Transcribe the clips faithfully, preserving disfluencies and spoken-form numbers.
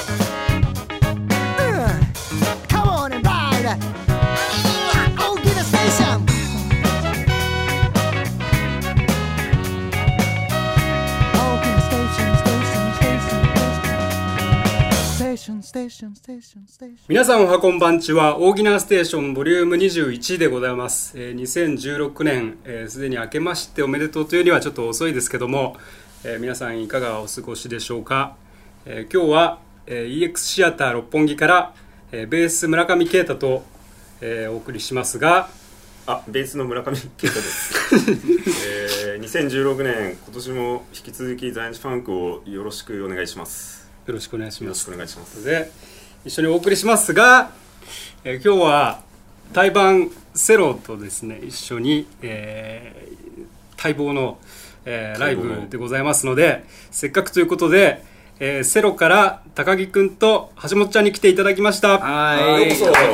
Come on and ride. Oh, get a station. Oh, get a station, station, station, station, station, station, station. 皆さんおはこんばんちは。大喜なステーションボリュームにじゅういちでございます。えー、にせんじゅうろくねん、えー、すでに明けましておめでとうというよりはちょっと遅いですけども、えー、皆さんいかがお過ごしでしょうか。えー、今日は、えー、イーエックス シアター六本木から、えー、ベース村上啓太と、えー、お送りしますが、 あ、ベースの村上啓太です、えー、にせんじゅうろくねん今年も引き続き在日ファンクをよろしくお願いします。 よろしくお願いします。 よろしくお願いします。 で一緒にお送りしますが、えー、今日は対バンセロとですね一緒に、えー、待望の、えー、ライブでございますので、せっかくということで、えー、セロから高木くんと橋本ちゃんに来ていただきました。 はい、 ようこそ。 こんばんち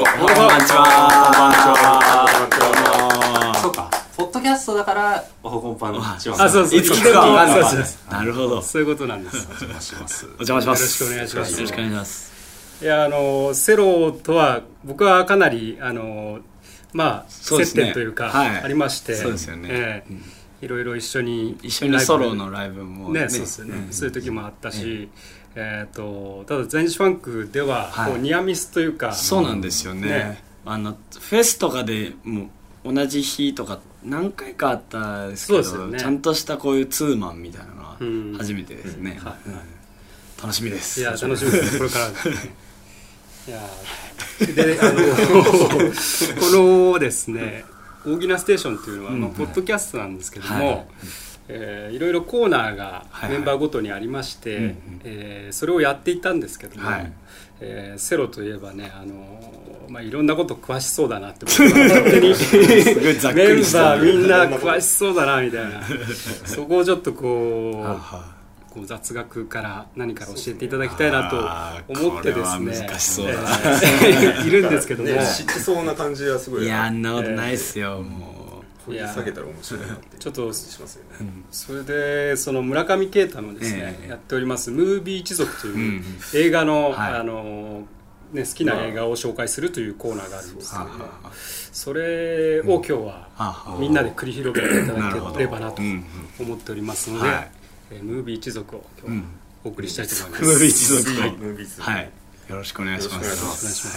は。 そうか、ポッドキャストだからおはこんばんちは。 あ、そうそう、 いつ聞くか分かんない。 そうそうなるほど。 そういうことなんです。 お邪魔します。お邪魔します。 よろしくお願いします。 よろしくお願いします。 いや、あのセロとは僕はかなりあのまあ、 ね、 接点というか、はい、ありまして、 そうですよね、 えーうん、いろいろ一緒に一緒にソロのライブも ね, ね, そうですよね、うん、そういう時もあったし、 えー、えーとただ在日ファンクでは、はい、こうニアミスというか、 そうなんですよ ね, ねあのフェスとかでもう同じ日とか何回かあったんですけど、そうですよね、ちゃんとしたこういうツーマンみたいなのは初めてですね、うんうんはいうん、楽しみです。 いや楽しみですねこれからですねいやであのこのですね大喜なステーションというのは、うんまあ、ポッドキャストなんですけども、はいえー、いろいろコーナーがメンバーごとにありまして、はいはいえー、それをやっていたんですけども、はいえー、セロといえばね、あのーまあ、いろんなこと詳しそうだなって僕は勝手にメンバーみんな詳しそうだなみたいなそこをちょっとこうははこう雑学から何から教えていただきたいなと思ってですね、 難しそうだ、 えー、いるんですけども、ね、 知ってそうな感じはすごい。 いやあんなことないっすよ、えー、もう掘り下げたら面白いなってちょっとしますよね、 うん、それでその村上啓太のですね、えー、やっておりますムービー一族という映画の、うんはいあのね、好きな映画を紹介するというコーナーがあるんですけども、それを今日はみんなで繰り広げていただければなと思っておりますので、はいえー、ムービー一族を今日はお送りしたいと思います、 うん、ムービー一族はい、ムービー一族はい、よろしくお願いします。よろしくお願いします。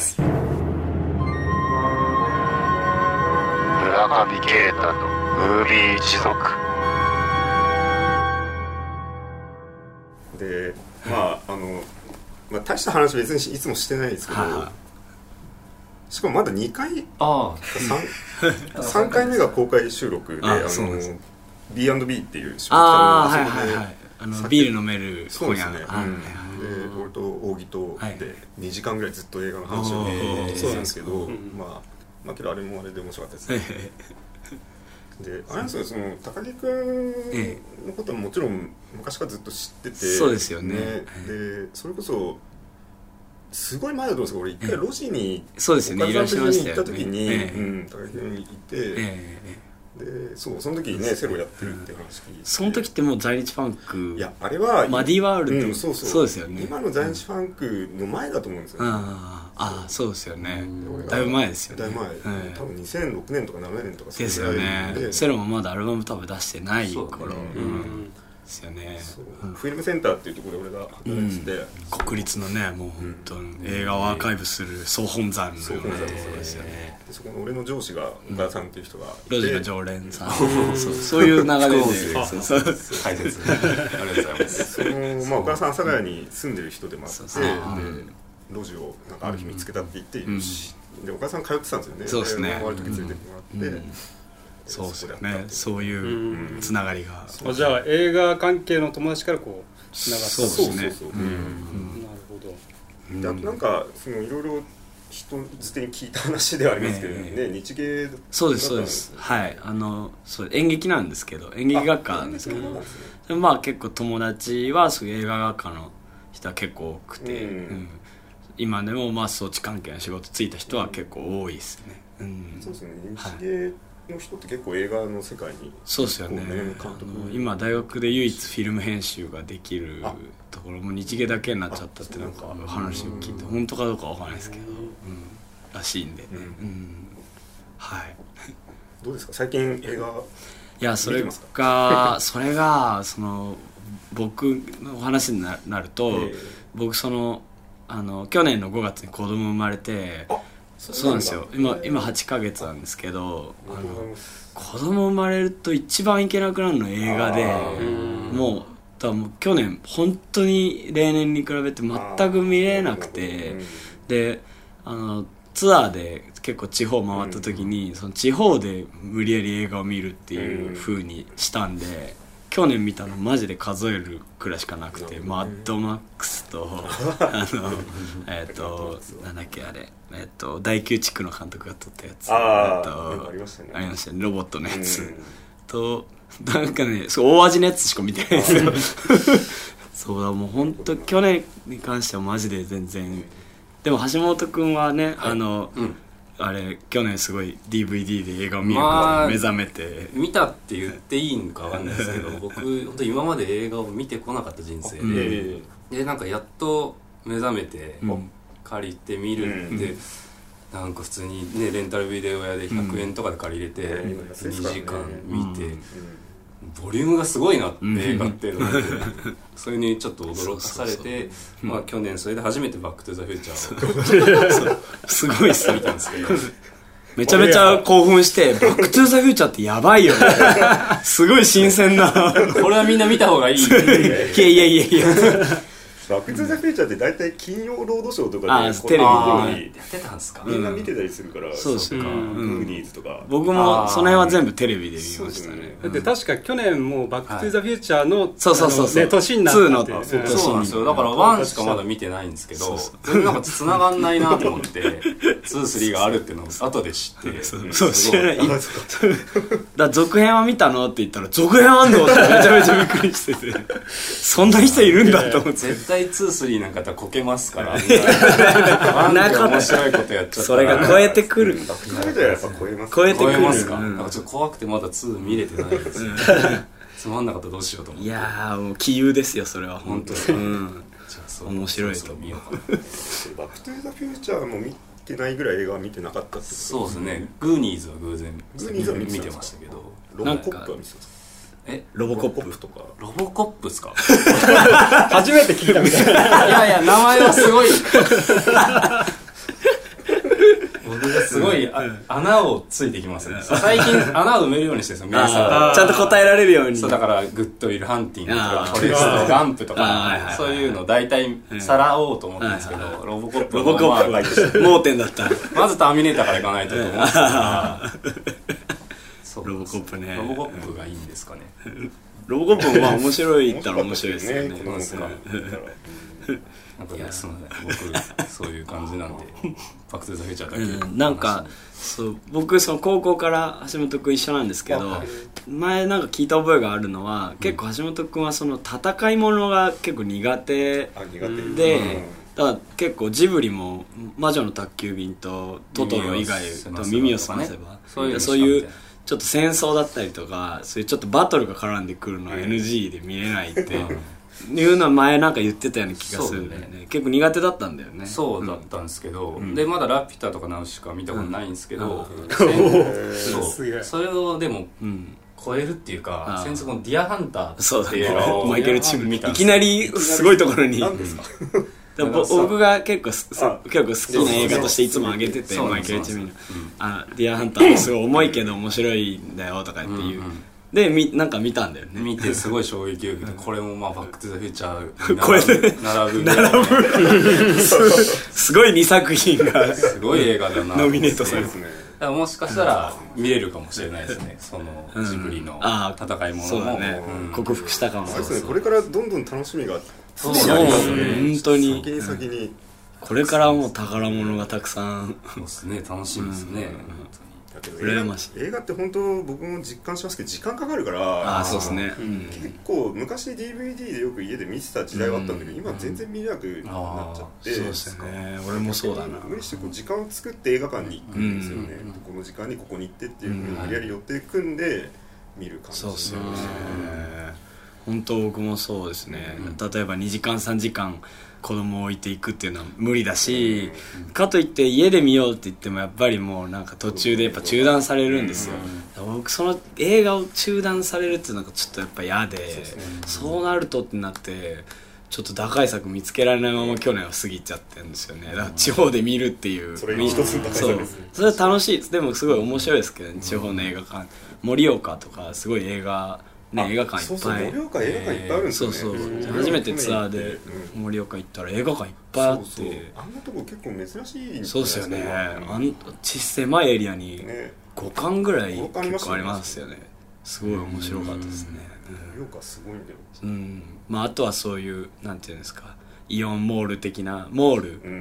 村上啓太のムービー一族で、まああの、まあ、大した話別にいつもしてないですけど、はしかもまだにかいあ 3, さんかいめが公開収録で、ああの ビーアンドビー っていう仕事あはいはいはいあのビール飲める本屋で、ねうん、俺と大木とでにじかんぐらいずっと映画の話をしてたんですけど、まあまあけどあれもあれで面白かったですねであれなんですよ、その高木くんのことはもちろん昔からずっと知ってて、 そうですよね、ねでそれこそすごい前だと思うんですけど、俺一回路地にそうですよね、いらっしゃいましたよね。 行った時に、うん、高木くんいて、えー、でそうその時にねセロやってるって話聞いて、 その時ってもう在日ファンク、 いやあれはマディワールド、 うん、そうそうそうですよね、 今の在日ファンクの前だと思うんですよ、ね、 ああそうですよね、だいぶ前ですよね、 だいぶ前、えー、多分にせんろくねんとかななねんとかですよね。セロもまだアルバム多分出してない頃、ですよね。 フィルムセンターっていうところで俺が働いてて、 うん、国立のねもう本当に映画をアーカイブする総本山の総本山ですよね。でそこの俺の上司が岡田さんっていう人がいて、 路地の常連さんそうそういう流れでそうそう解説ありがとうございます。 そのまあ岡田さん阿佐ヶ谷に住んでる人でもあって、で路地をなんかある日見つけたって言っているし、で岡田さん通ってたんですよね。 そうですね。 ある時連れてってもらって。 そうですよね、そういうつながりが、 うん、じゃあ映画関係の友達からこうつながった。 そうですね、 なるほど、 うん、であとなんかそのいろいろ人づてに聞いた話ではありますけどね、えー、日芸だったんですね。 そうですそうです、はいあのそう演劇なんですけど演劇学科なんですけど、でもまあ結構友達はそういう映画学科の人は結構多くて、うんうん、 今でもまあ装置関係の仕事ついた人は結構多いですね、うん、 そうですね。日芸の人って結構映画の世界に、 そうですよね、あの今大学で唯一フィルム編集ができるところも日芸だけになっちゃったってなんか話を聞いて本当かどうかわからないですけど、うん、らしいんでね、うんうん、はいどうですか最近映画。 いやそれがそれがその僕の話になると、えー、僕そのあの去年のごがつに子供生まれて、そうなんですよ、今今はちかげつなんですけど、あの子供生まれると一番行けなくなるの映画で、もうだからもう去年本当に例年に比べて全く見れなくて、であのツアーで結構地方回った時に、その地方で無理やり映画を見るっていう風にしたんで、去年見たのマジで数えるくらいしかなくて、マッドマックスとあのえっとなんだっけあれ、えっと大宮地区の監督が撮ったやつ、 あとありましたね、 ありましたね、ロボットのやつと、なんかねそう大味のやつしか見てないですよそうだ、もう本当去年に関してはマジで全然。でも橋本くんはね、はい、あの、うん、あれ去年すごい ディーブイディー で映画を見ることに目覚めて、 まあ、見たって言っていいのか分かんないですけど僕本当今まで映画を見てこなかった人生で、うん、でなんかやっと目覚めて、うん、借りて見るって、うん、なんか普通にねレンタルビデオ屋でひゃくえんとかで借りれて、うん、にじかん見て、うんうん、ボリュームがすごいなって映画っていうのでそれにちょっと驚かされて、まあ去年それで初めてバックトゥザフューチャーをすごいっす見たんですけどめちゃめちゃ興奮してバックトゥザフューチャーってやばいよねすごい新鮮なこれはみんな見た方がいいいやいやいやいやバックトゥザフューチャーって大体金曜ロードショーとかであテレビでやってたんですか。 みんな見てたりするから、 そうですか、グーニーズとか僕もその辺は全部テレビで見ましたね。 だって確か去年もバックトゥザフューチャーのそうそうそうそう年になったってそうなんですよ。だからワンしかまだ見てないんですけど全然なんか繋がんないなと思ってツー、スリーがあるっていうのを後で知ってそう知らないだ続編は見たのって言ったら続編あんのってめちゃめちゃびっくりしててそんな人いるんだと思って絶対ツー、スリーなんかこけますからなんか面白いことやっちゃったそれが超えてくるバックトゥザフューチャーやっぱ超えます超えてくる超えますか、うん、なんかちょっと怖くてまだツー見れてないですつまんなかったらどうしようと思っていやーもう杞憂ですよそれは本当に、うん、 じゃあそう面白いと見ようかなバックトゥザフューチャーも見てないぐらい映画は見てなかったってことですそうですね。グーニーズは偶然グーニーズは見て見てましたけどロボコップは見てたんですか。 えロボコップとかロボコップっすか初めて聞いたみたいないやいや名前はすごい僕がすごい穴をついてきますね最近穴を埋めるようにしてるんですよ皆さんちゃんと答えられるようにそうだからグッドウィルハンティングとかフォレストガンプとかそういうの大体さらおうと思ってるんですけどロボコップロボコップ盲点だったまずターミネーターからいかないとと思ってたからロボコップねロボコップがいいんですかねロボコップもまあ面白いったら面白いですよねこの子がなんかねすみません僕そういう感じなんでバックトゥザフューチャーだけ、 うん、なんかそう僕その高校から橋本くん一緒なんですけど前なんか聞いた覚えがあるのは、うん、結構橋本くんはその戦い物が結構苦手で、うん、だから結構ジブリも魔女の宅急便とトトロ以外と耳を澄ませばそういうそういうちょっと戦争だったりとかそういうちょっとバトルが絡んでくるのは エヌジー で見れないっていうのは前なんか言ってたような気がするんだよ ね, ね結構苦手だったんだよねそうだったんですけど、うん、でまだラピュタとかナウシカ見たことないんですけど、うん、そうそれをでも、うん、超えるっていうか先日このディアハンターっていうのをマイケルチーム見たいきなりすごいところに何ですか僕が結構結構好きな映画としていつも上げててマイケルチームのあディアハンターすごい重いけど面白いんだよとかっていう、うんうんでみなんか見たんだよね見てすごい衝撃を受けてこれもまあバックトゥザフューチャーに並ぶ並ぶすごいにさく品がすごい映画だなノミネートされてねもしかしたら見れるかもしれないですねそのジブリの戦いものも、 ねうん、克服したかもそうですねこれからどんどん楽しみがそうですね本当に先に先にこれからもう宝物がたくさんそうですね楽しみですね、 うんけど羨ましい。 映画って本当僕も実感しますけど時間かかるから、 あそうですね、うん、 結構昔 ディーブイディー でよく家で見てた時代はあったんだけど、うん、今全然見れなくなっちゃって、うん、 そうですね、俺もそうだな。 無理してこう時間を作って映画館に行くんですよね、うん、この時間にここに行ってっていうふうに無理やり予定組んで見る感じですね。 本当僕もそうですね、うん、例えばにじかんさんじかん子供を置いていくっていうのは無理だし、うん、かといって家で見ようって言ってもやっぱりもうなんか途中でやっぱ中断されるんですよ、うん、僕その映画を中断されるっていうのがちょっとやっぱ嫌で、そう、そうなるとってなってちょっと打開策見つけられないまま去年は過ぎちゃってるんですよね。だから地方で見るっていう、 それ一つの打開策ですね。 それは楽しいです。でもすごい面白いですけど、ね、地方の映画館、盛岡とかすごい映画ね、映画館いっぱい。 そうそう、盛岡映画館いっぱいあるんですよね。 そうそう、初めてツアーで盛岡行ったら映画館いっぱいあって、そうそう、 あんなとこ結構珍しいんじゃないですか。 そうですよね、あんち狭いエリアにごかんぐらい結構ありますよね。すごい面白かったですね。 盛岡すごいんだよ。 うん、まああとはそういうなんていうんですか、イオンモール的なモール、うんうん、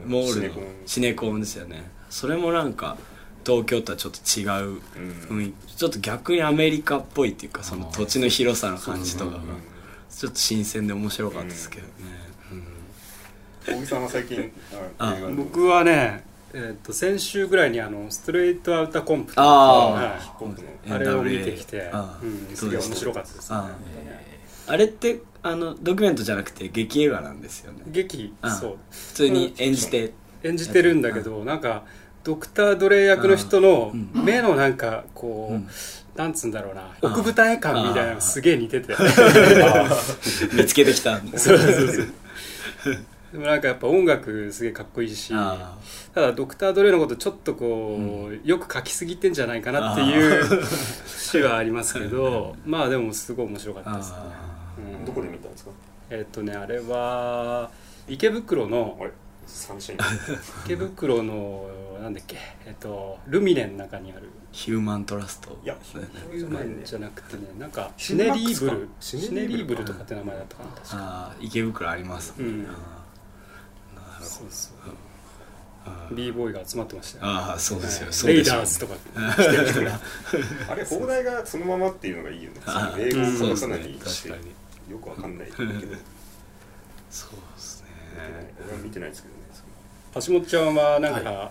モールのシネコンですよね。それもなんか東京とはちょっと違う雰囲気、ちょっと逆にアメリカっぽいっていうか、その土地の広さの感じとかがちょっと新鮮で面白かったですけどね。 小木さんは最近あ僕はね、えー、と先週ぐらいにあのストレートアウターコンプとあ、 あれを見てきて、うん、すげえ面白かったですね。あ, あれってあのドキュメントじゃなくて劇映画なんですよね。 劇、そう普通に演じて演じてるんだけど、なんかドクター・ドレイ役の人の目のなんかこう、うん、なんつうんだろうな、奥舞台感みたいなのすげえ似てて見つけてきたんでそうそうそうでもなんかやっぱ音楽すげえかっこいいし、ただドクター・ドレイのことちょっとこう、うん、よく書きすぎてんじゃないかなっていう節はありますけどまあでもすごい面白かったですね、 うん、どこで見たんですか？ えーっとねあれは池袋のサンシャイン池袋のなんだっけ、えっとルミネの中にあるヒューマントラスト。 いやヒューマンじゃなくてね、なんかシネリーブルシネリーブルとかって名前だったかな、確か。 あ池袋あります、 うん、なるほど。そうそう、b ボーイが集まってましたよ、ね、 ああそうですよ、 はい、レイダーズとか来てる人があれ放題がそのままっていうのがいいよね。英語を書かないにしてよくわかんないけどそうですね。 俺は見てないですけどね。 橋本ちゃんはなんか、はい、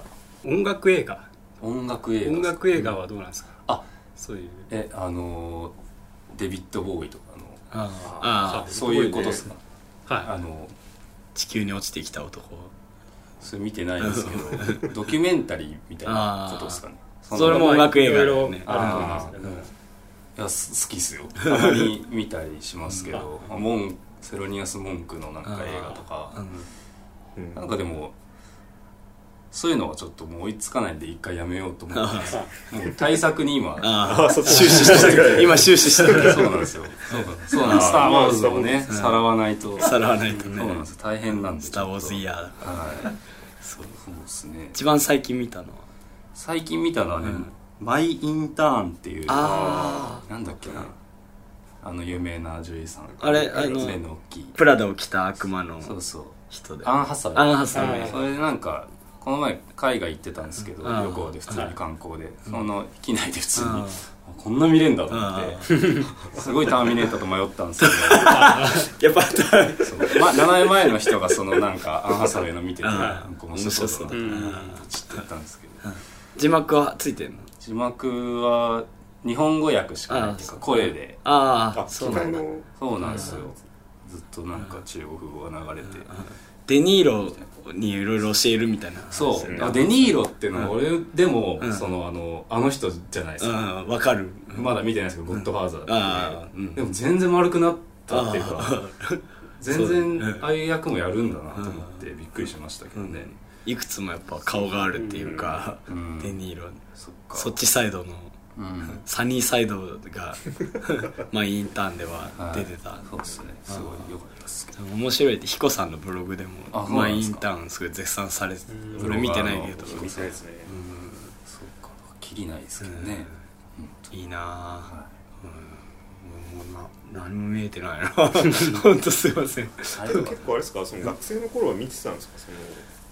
音楽映画音楽映画音楽映画はどうなんですか？ あ、 そういうえあのデビッド・ボーイとかのああそういうことですか？ はい、 あの地球に落ちてきた男、それ見てないんですけどドキュメンタリーみたいなことですかね。 そ, それも音楽映画だよね。 あると思いますけど、 いや好きっすよ。たまに見たりしますけど、うん、モンセロニアス・モンクのなんか映画とか、うん、なんかでもそういうのはちょっともう追いつかないんで一回やめようと思ってもう対策に今終始してる今終始してるそうなんですよ。そうなんです。スター・ウォーズをねさらわないとさらわないとね。 そうなんです。大変なんで。 スター・ウォーズイヤーだから。 はい。そうですね。 一番最近見たのは最近見たのはね、マイ・インターンっていうあなんだっけな、あの有名な女優さん、 あれあの目の大きいプラダを着た悪魔のそうそう人でアン・ハサウェイ。 アン・ハサウェイ。 それでなんかこの前海外行ってたんですけど、旅行で普通に観光で、その機内で普通にこんな見れんだと思ってすごいターミネーターと迷ったんですけどやっぱそう、ま、ななねんまえの人がそのなんかアン・ハサウェイの見てて面白そうだなって知ってたんですけど、 字幕はついてるの？ 字幕は日本語訳しかないっていうか声で。 ああそうなんだ。 そうなんですよ。ずっとなんか中国語が流れてデニーロにいろいろ教えるみたいな。 そう、あデニーロっていうのは俺でも、うん、そのあのあの人じゃないですか。 わ、うん、かる。 まだ見てないですけど、ゴッドファーザーって、 あ、うん、 でも全然丸くなったっていうか全然ああいう役もやるんだなと思ってびっくりしましたけどね、 うん、いくつもやっぱ顔があるっていうか、うん、デニーロ そ, っかそっちサイドの、うん、サニーサイドがまあインターンでは出てた、 はい、そうですね、すごい良かったですけど面白いって彦さんのブログでもまあインターンすごい絶賛されて、俺見てないけど見てないですね。 そうかきりないですけどね、 うん、いいなぁ、はい、うん、もうな何も見えてないな本当すいません。 結構あれですか、その学生の頃は見てたんですか？そのい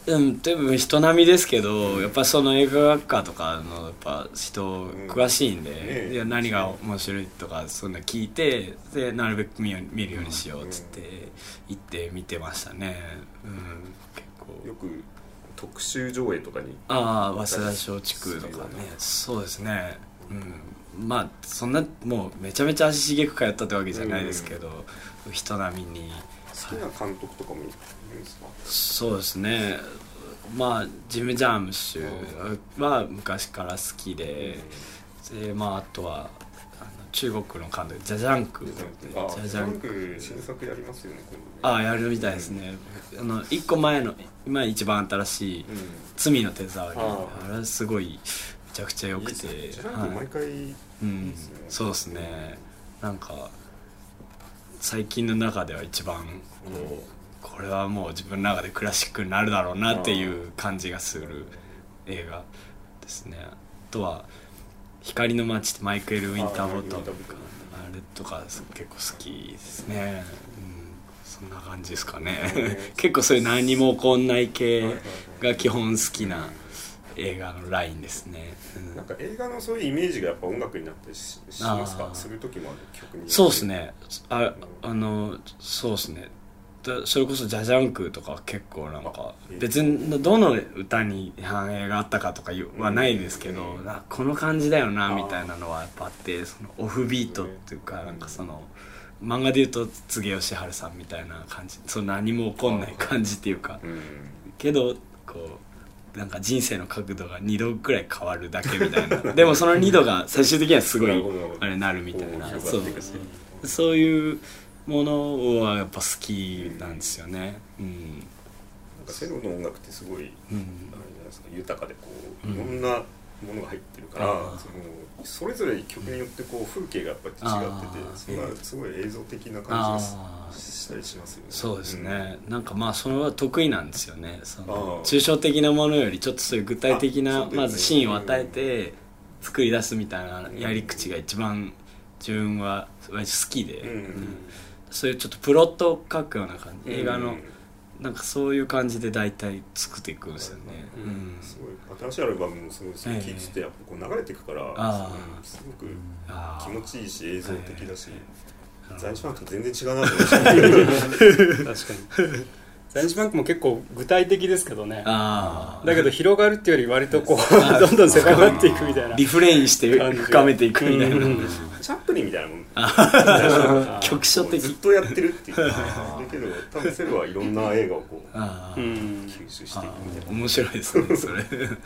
うん、多分人並みですけど、やっぱその映画学科とかのやっぱ人詳しいんで、うん、いや何が面白いとかそんな聞いて、でなるべく見るようにしようっつって行って見てましたね、うん、結構よく特集上映とかに、 ああ早稲田松竹とかね、そうですね、うん、まあそんなもうめちゃめちゃ足しげく通ったってわけじゃないですけど、うん、人並みに好きな監督とかもいるんですか？ そうですね、まあジム・ジャームッシュは昔から好きで、で、まあ、あとはあの中国の監督ジャジャンク、ジャジャンク新作やりますよね、 ああやるみたいですね、うん、あのいっこまえの今一番新しい「罪の手触り」あれはすごいめちゃくちゃ良くて、 いいですね、ジャジャンク毎回いいですね、 うん、そうですね、なんか最近の中では一番こう、うんこれはもう自分の中でクラシックになるだろうなっていう感じがする映画ですね。あとは光の街ってマイケル・ウィンターボトムとかあれとか結構好きですね、うん、そんな感じですかね結構そういう何も起こんない系が基本好きな映画のラインですね、 うん、なんか映画のそういうイメージがやっぱ音楽になって し, しますか？する時もある曲に。 そうですね、ああのそうですね、それこそジャジャンクとか結構なんか別にどの歌に反映があったかとかはないですけど、うん、この感じだよなみたいなのはやっぱあって、そのオフビートっていうか、なんかその漫画でいうと柘植義治さんみたいな感じ、その何も起こんない感じっていうか、けどこうなんか人生の角度がにどくらい変わるだけみたいなでもそのにどが最終的にはすごいあれなるみたいな、そうそういうものはやっぱ好きなんですよね、うん、 なんかセロの音楽ってすごい、うん、あれじゃないですか、豊かでこういろんなものが入ってるから、うん、そのそれぞれ曲によってこう風景がやっぱり違ってて、それはすごい映像的な感じがしたりしますよね。 そうですね、うん、なんかまあそれは得意なんですよね、その抽象的なものよりちょっとそういう具体的なまずシーンを与えて作り出すみたいなやり口が一番自分は好きで、うんうん、そういうちょっとプロットを書くような感じ、映画のなんかそういう感じで大体作っていくんですよね、うんうん、 すごい新しいアルバムもすごい聴いててやっぱこう流れていくから、えー、すごく気持ちいいし映像的だし、在日ファンクと全然違うなと思って確かに在日ファンクも結構具体的ですけどね、あだけど広がるっていうより割とこうどんどん狭まっていくみたいな、 リフレインして深めていくみたいな、うん、 チャップリンみたいなもん局所的ずっとやってるっていうだけど多分セルはいろんな映画をこう吸収していくみたいな、 面白いですねそれなるほど、うんね、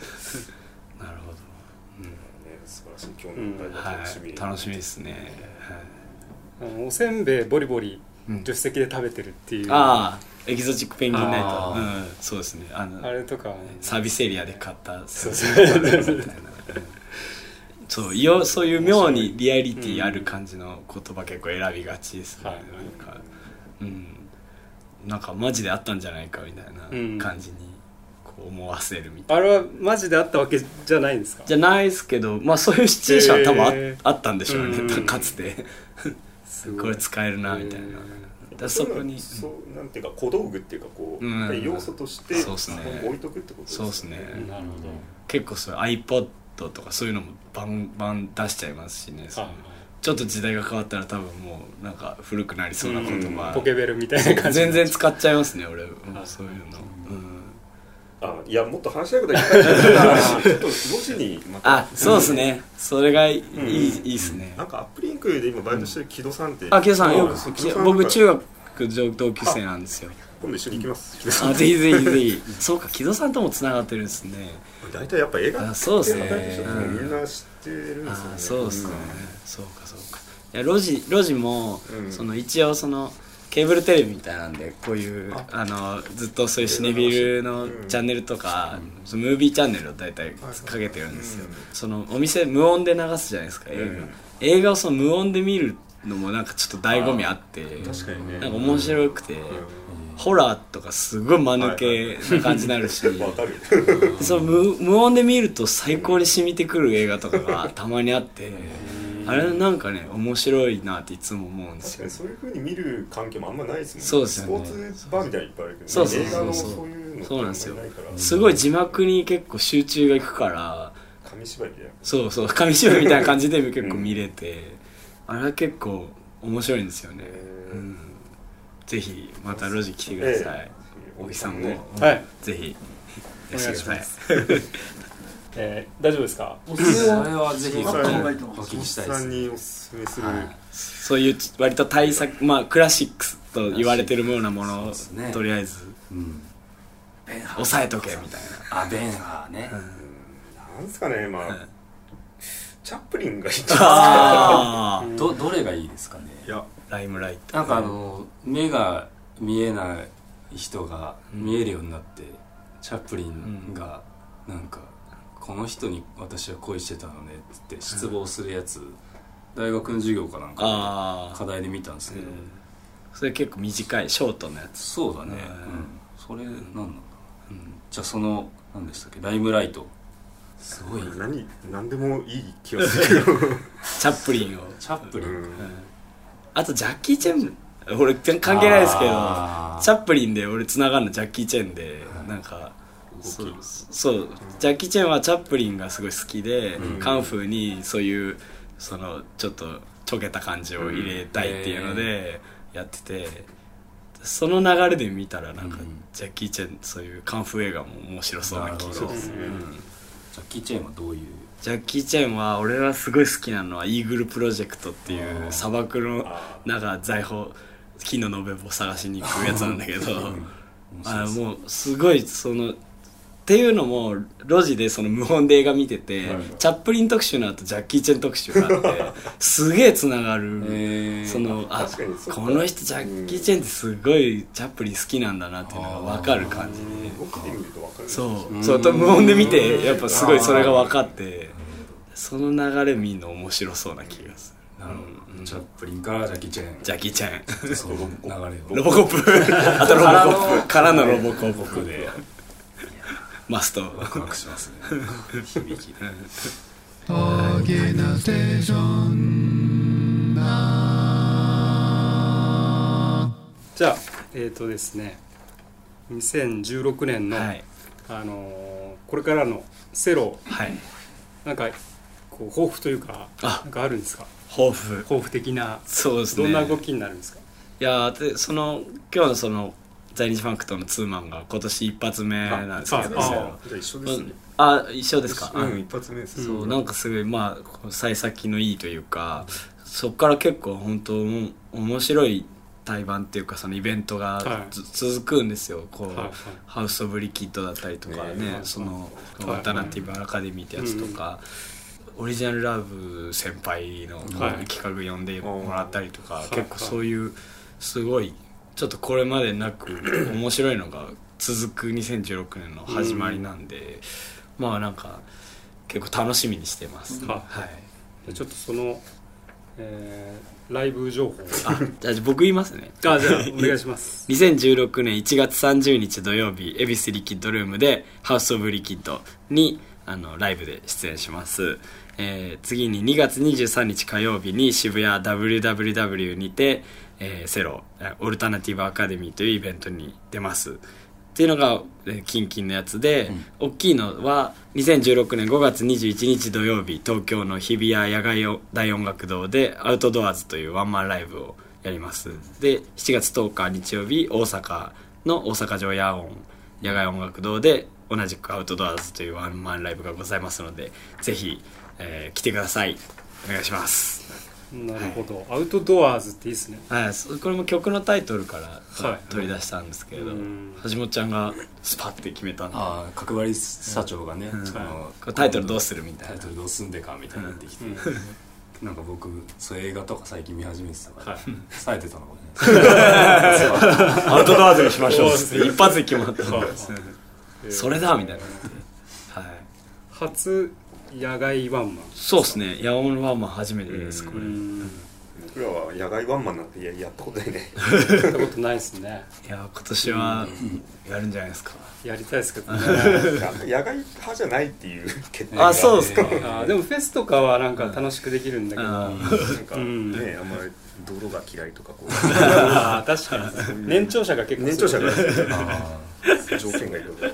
素晴らしい今日の回楽しみ、 はい、楽しみですね、 はい、あのおせんべいボリボリ助手席で食べてるっていう、 うん、ああエキゾチックペンギンナイト、うん、そうですね、あのあれとか、ね、 サービスエリアで買ったそうそうそうよ、そういう妙にリアリティある感じの言葉結構選びがちですね、うん、なんか、うん、なんかマジであったんじゃないかみたいな感じにこう思わせるみたいな、 あれはマジであったわけじゃないんですか？ じゃないですけど、まあそういうシチュエーションは多分 あ,、えー、あったんでしょうね、うん、かつてこれ使えるなみたいな、えー、だそこにそうなんていうか小道具っていうかこう、うん、要素としてそうす、ね、 置いとくってことですね。 そうですね、 なるほど。 結構そう iPod とかそういうのもバンバン出しちゃいますしね、はい、ちょっと時代が変わったら多分もうなんか古くなりそうな言葉、 うん、ポケベルみたいな感じ全然使っちゃいますね俺、うん、そういうの、うん、 あいやもっと話したいこといっぱいあるからちょっと後にまたあそうですね、それがいい、うん、いいですね。 なんかアップリンクで今バイトしてる木戸さんって、 うん、あ木戸さんよく僕中学同級生なんですよ。 今度一緒に行きます。 あぜひぜひぜひそうか木戸さんともつながってるんですね。 大体やっぱ映画ってそうですね、 みんな知ってるんですよね。 あそうですね、うん、そうかそうか。いやロジロジも、うん、その一応そのケーブルテレビみたいなんでこういう あ, あのずっとそういうシネビルのチャンネルとか、うん、そのムービーチャンネルを大体かけてるんですよ、うん、そのお店無音で流すじゃないですか映画、うん、映画をその無音で見るのもなんかちょっと醍醐味あって確かに、ね、 なんか面白くて、うん、ホラーとかすごい間抜けな感じになるし、はいはい、その 無, 無音で見ると最高に染みてくる映画とかがたまにあってあれなんかね面白いなっていつも思うんですよ。 確かにそういう風に見る環境もあんまないですもんね。 そうですよね。 スポーツバーみたいにいっぱいあるけど、ね、 そうそうそうそう映画のそういうのそうなんですよ。すごい字幕に結構集中がいくから紙芝居みたいな、 そうそう紙芝居みたいな感じで結構見れて、うん、あれは結構面白いんですよね、うん、ぜひまた路地来てください。大木さんも、ね、 はい、 ぜひお願いします。えー、大丈夫ですか？ おすすめはぜひお聞きしたいです。 におすすめする、 はい、そういう割と大作、まあクラシックスと言われてるようなものを、ね、とりあえず、うん、押さえとけみたいな。 あ、ベンハーね、うん、 なんですかね、まあ、うん、チャップリンが一番どどれがいいですかね。 いや、ライムライト。 なんかあの目が見えない人が見えるようになって、うん、チャップリンがなんか、この人に私は恋してたのねって失望するやつ、うん、大学の授業かなんか課題で見たんですけど、うん、 それ結構短いショートのやつ。 そうだね、うん、それなんなんだ、うん、じゃあその何でしたっけ、ライムライト、すごい何何でもいい気がするけどチャップリンをチャップリン、うん、 あとジャッキー・チェン、俺関係ないですけどチャップリンで俺つながるのジャッキー・チェンで、なんかそうそうジャッキー・チェンはチャップリンがすごい好きで、うん、カンフーにそういうそのちょっとちょけた感じを入れたいっていうのでやってて、その流れで見たらなんか、うん、ジャッキー・チェンそういうカンフー映画も面白そうな気がする、うん、ジャッキー・チェンはどういう？ ジャッキー・チェンは俺はすごい好きなのはイーグルプロジェクトっていう砂漠の中財宝金の延べ棒探しに行くやつなんだけどあもうすごいそのっていうのも路地でその無本で映画見てて、はい、チャップリン特集の後ジャッキー・チェン特集があってすげえつながる、えー、そのあこの人ジャッキー・チェンってすごいチャップリン好きなんだなっていうのが分かる感じで、そうそう無本で見てやっぱすごいそれが分かって、その流れ見るの面白そうな気がする。 なるほど、チャップリンからジャッキー・チェン、 ジャッキー・チェンその流れをロボコップあとロボコップからのロボコップでマストワクワクしますね響きで大きなステーションじゃあえっ、ー、とですねにせんじゅうろくねんの、はい、あのー、これからのセロ、はい、なんかこう抱負というかなんかあるんですか？ 抱負抱負的な、 そうですね、 どんな動きになるんですか？ いやでその今日のその在日ファンクとのツーマンが今年一発目なんですけど、 ああじゃあ一緒ですね。 あ一緒ですか？ うん、一発目です。 そう、なんかすごいまあ幸先のいいというか、そこから結構本当面白い対バンっていうかそのイベントが、はい、続くんですよ。こう、はいはい、ハウス・オブ・リキッドだったりとかね、ねそのオルタナティブ・アカデミーってやつとか、はい、オリジナルラブ先輩の企画呼んでもらったりとか、はい、結構そういうすごいちょっとこれまでなく面白いのが続くにせんじゅうろくねんの始まりなんで、うん、まあなんか結構楽しみにしてます、うん、はい、 ちょっとその、えー、ライブ情報あじゃあ僕言いますね。 あじゃあお願いしますにせんじゅうろくねんいちがつさんじゅうにち土曜日恵比寿リキッドルームでハウスオブリキッドにあのライブで出演します。えー、次ににがつにじゅうさんにち火曜日に渋谷 ダブリューダブリューダブリュー にて、えー、セロオルタナティブアカデミーというイベントに出ますっていうのが、えー、キンキンのやつで、うん、大きいのはにせんじゅうろくねんごがつにじゅういちにち土曜日東京の日比谷野外大音楽堂でアウトドアーズというワンマンライブをやります。でしちがつとおか日曜日大阪の大阪城野音野外音楽堂で同じくアウトドアーズというワンマンライブがございますのでぜひえー、来てください。お願いします。 なるほど、はい、アウトドアーズっていいですね。 はい、これも曲のタイトルから、はい、取り出したんですけれど、橋本ちゃんがスパッて決めたんで、 あ角張社長がね、うん、そのタイトルどうするみたいな、 タイトルどうすんでかみたいになってきて、うん、なんか僕そういう映画とか最近見始めてたから、はい、冴えてたのかねアウトドアーズにしましょうって一発で決まったんですそれだみたいな、はい、 初野外ワンマン。 そうですね、野音ワンマン初めてです。これ僕らは野外ワンマンなんて や, やったことないねやったことないですね。 いや今年はやるんじゃないですか。 やりたいですけどね野外派じゃないっていう決定があそうですかあでもフェスとかはなんか楽しくできるんだけど、うん、 なんかね、うん、あんまり泥が嫌いとかこうあ確かに年長者が結構年長者が女条件がいろいろ。なるほど。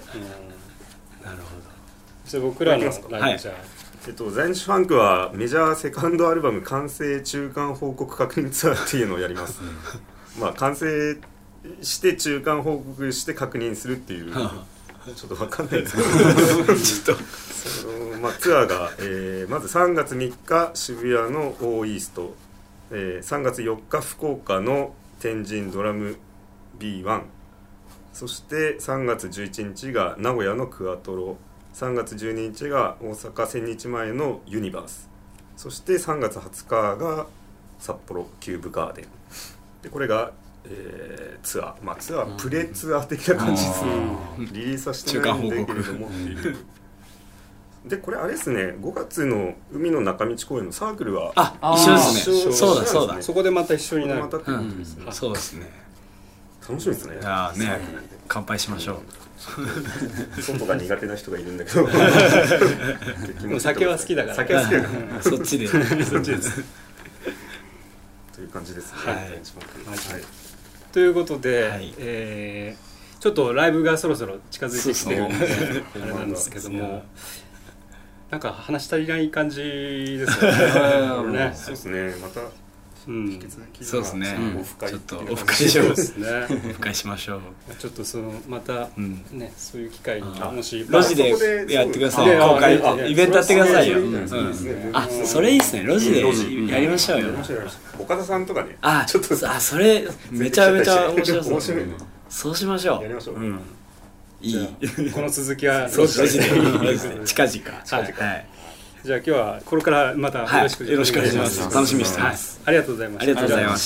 じゃあ僕らのライブじゃあ、はい、 えっと、ザインシュファンクはメジャーセカンドアルバム完成中間報告確認ツアーっていうのをやります、まあ完成して中間報告して確認するっていうちょっと分かんないですけどちょっとその、まあ、ツアーが、えー、まずさんがつみっか渋谷のオーイースト、えー、さんがつよっか福岡の天神ドラム ビーワン、 そしてさんがつじゅういちにちが名古屋のクアトロ、さんがつじゅうににちが大阪千日前のユニバース、そしてさんがつはつかが札幌キューブガーデンで、これが、えー、ツアー、まあツアープレツアー的な感じですね。リリースはしてないんだけれどもっていうで、これあれですね、ごがつの海の中道公園のサークルはあ一緒ですね。そうだそうだ、 そこでまた一緒になる、 またってことですね、 うん、そうですね。 楽しみですね。 あね、乾杯しましょう。 外が苦手な人がいるんだけどもう酒は好きだから酒は好きだからそっちでそっちですという感じですね、 はいはいはい、ということで、はい、えー、ちょっとライブがそろそろ近づいてきてるんであれなんですけども、なんか話し足りない感じですよね。 ね、そうですね、またうん、そうですね、 オフ会ちょっとオフ会しましょう、オフ会しましょう。 ちょっとそのまたね、うん、そういう機会にもし路地でやってください。公開イベントやってくださいよ。あ、それいいですね。路地でやりましょうよ。 岡田さんとかね。 あ、ちょっとあ、それめちゃめちゃ面白そう。そうしましょう。 やりましょう。 いい。この続きは路地で近々。 近々。はい。じゃあ今日はこれからまたよろしく、 はい、よろしくお願いします。楽しみにしてます、 はい、ありがとうございました。 ありがとうございました。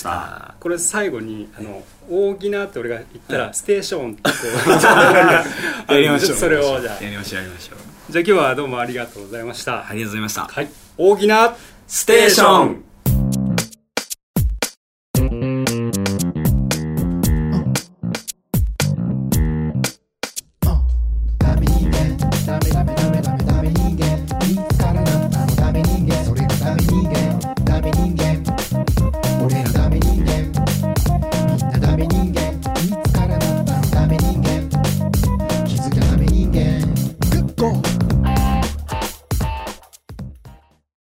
これ最後にあの大喜なって俺が言ったら、はい、ステーションってこうやりましょう。 それをじゃあやりましょうやりましょう。 じゃあ今日はどうもありがとうございました。 ありがとうございました。 はい、大喜なステーション。